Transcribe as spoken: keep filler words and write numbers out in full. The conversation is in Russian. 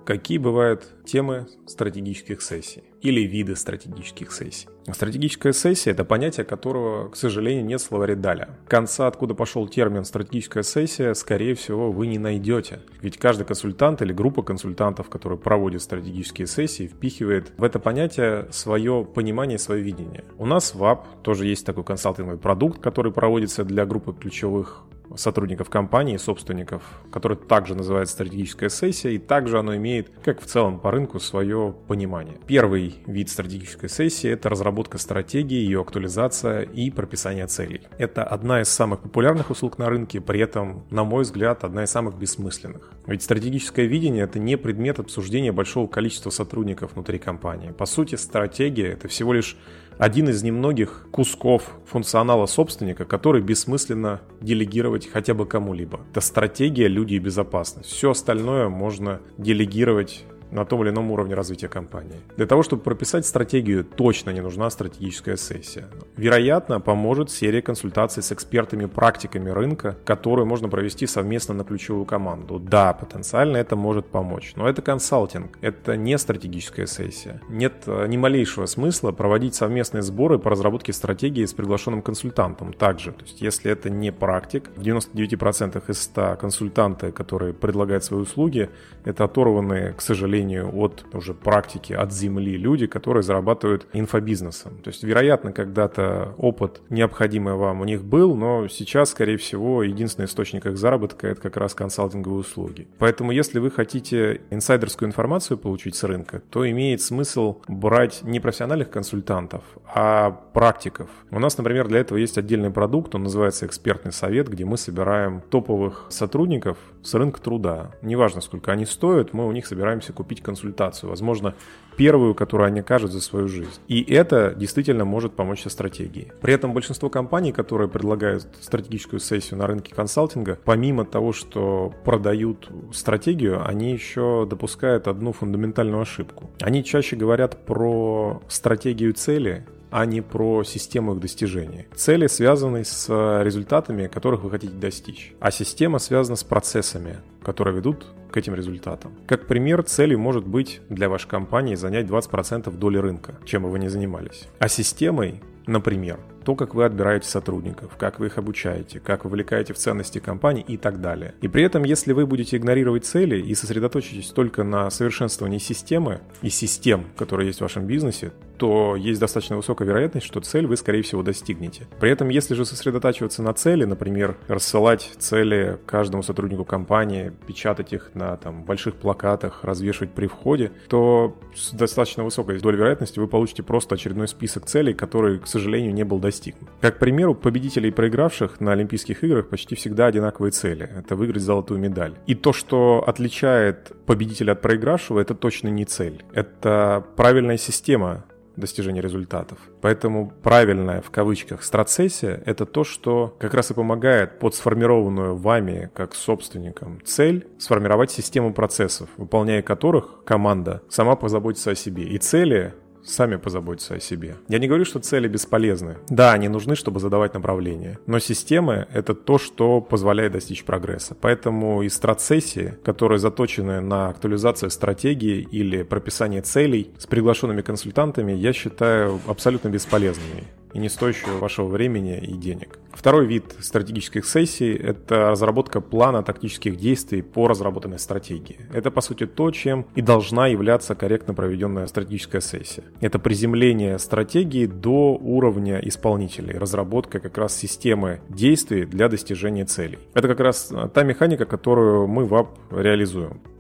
Какие бывают темы стратегических сессий или виды стратегических сессий? Стратегическая сессия – это понятие, которого, к сожалению, нет в словаре Даля. Конца, откуда пошел термин «стратегическая сессия», скорее всего, вы не найдете. Ведь каждый консультант или группа консультантов, которые проводят стратегические сессии, впихивает в это понятие свое понимание, свое видение. У нас в ВАП тоже есть такой консалтинговый продукт, который проводится для группы ключевых сотрудников компании, собственников, который также называется стратегическая сессия, и также оно имеет, как в целом по рынку, свое понимание. Первый вид стратегической сессии – это разработка стратегии, ее актуализация и прописание целей. Это одна из самых популярных услуг на рынке, при этом, на мой взгляд, одна из самых бессмысленных. Ведь стратегическое видение – это не предмет обсуждения большого количества сотрудников внутри компании. По сути, стратегия – это всего лишь один из немногих кусков функционала собственника, который бессмысленно делегировать хотя бы кому-либо. Это стратегия, люди и безопасность. Все остальное можно делегировать на том или ином уровне развития компании. Для того, чтобы прописать стратегию, точно не нужна стратегическая сессия. Вероятно, поможет серия консультаций с экспертами-практиками рынка, которую можно провести совместно на ключевую команду. Да, потенциально это может помочь, но это консалтинг, это не стратегическая сессия. Нет ни малейшего смысла проводить совместные сборы по разработке стратегии с приглашенным консультантом также. То есть, если это не практик, в девяноста девяти процентах из ста консультанты, которые предлагают свои услуги, это оторванные, к сожалению, от уже практики, от земли люди, которые зарабатывают инфобизнесом. То есть, вероятно, когда-то опыт необходимый вам у них был, но сейчас, скорее всего, единственный источник их заработка – это как раз консалтинговые услуги. Поэтому, если вы хотите инсайдерскую информацию получить с рынка, то имеет смысл брать не профессиональных консультантов, а практиков. У нас, например, для этого есть отдельный продукт, он называется «Экспертный совет», где мы собираем топовых сотрудников с рынка труда. Неважно, сколько они стоят, мы у них собираемся купить консультацию, возможно, первую, которую они окажут за свою жизнь. И это действительно может помочь со стратегией. При этом большинство компаний, которые предлагают стратегическую сессию на рынке консалтинга, помимо того, что продают стратегию, они еще допускают одну фундаментальную ошибку. Они чаще говорят про стратегию цели, а не про систему их достижения. Цели связаны с результатами, которых вы хотите достичь, а система связана с процессами, которые ведут к этим результатам. Как пример, целью может быть для вашей компании занять двадцать процентов доли рынка, чем бы вы ни занимались. А системой, например, то, как вы отбираете сотрудников, как вы их обучаете, как вовлекаете в ценности компании и так далее. И при этом, если вы будете игнорировать цели и сосредоточитесь только на совершенствовании системы и систем, которые есть в вашем бизнесе, то есть достаточно высокая вероятность, что цель вы, скорее всего, достигнете. При этом, если же сосредотачиваться на цели, например, рассылать цели каждому сотруднику компании, печатать их на там, больших плакатах, развешивать при входе, то с достаточно высокой долей вероятности вы получите просто очередной список целей, который, к сожалению, не был достигнут. Как, к примеру, победителей и проигравших на Олимпийских играх почти всегда одинаковые цели. Это выиграть золотую медаль. И то, что отличает победителя от проигравшего, это точно не цель. Это правильная система достижения результатов. Поэтому правильная, в кавычках, стратсессия – это то, что как раз и помогает под сформированную вами, как собственником, цель сформировать систему процессов, выполняя которых команда сама позаботится о себе. И цели сами позаботятся о себе. Я не говорю, что цели бесполезны. Да, они нужны, чтобы задавать направление. Но системы — это то, что позволяет достичь прогресса. Поэтому и стратсессии, которые заточены на актуализацию стратегии или прописание целей с приглашенными консультантами, я считаю абсолютно бесполезными и не стоящую вашего времени и денег. Второй вид стратегических сессий – это разработка плана тактических действий по разработанной стратегии. Это, по сути, то, чем и должна являться корректно проведенная стратегическая сессия. Это приземление стратегии до уровня исполнителей, разработка как раз системы действий для достижения целей. Это как раз та механика, которую мы в ВАП реализуем.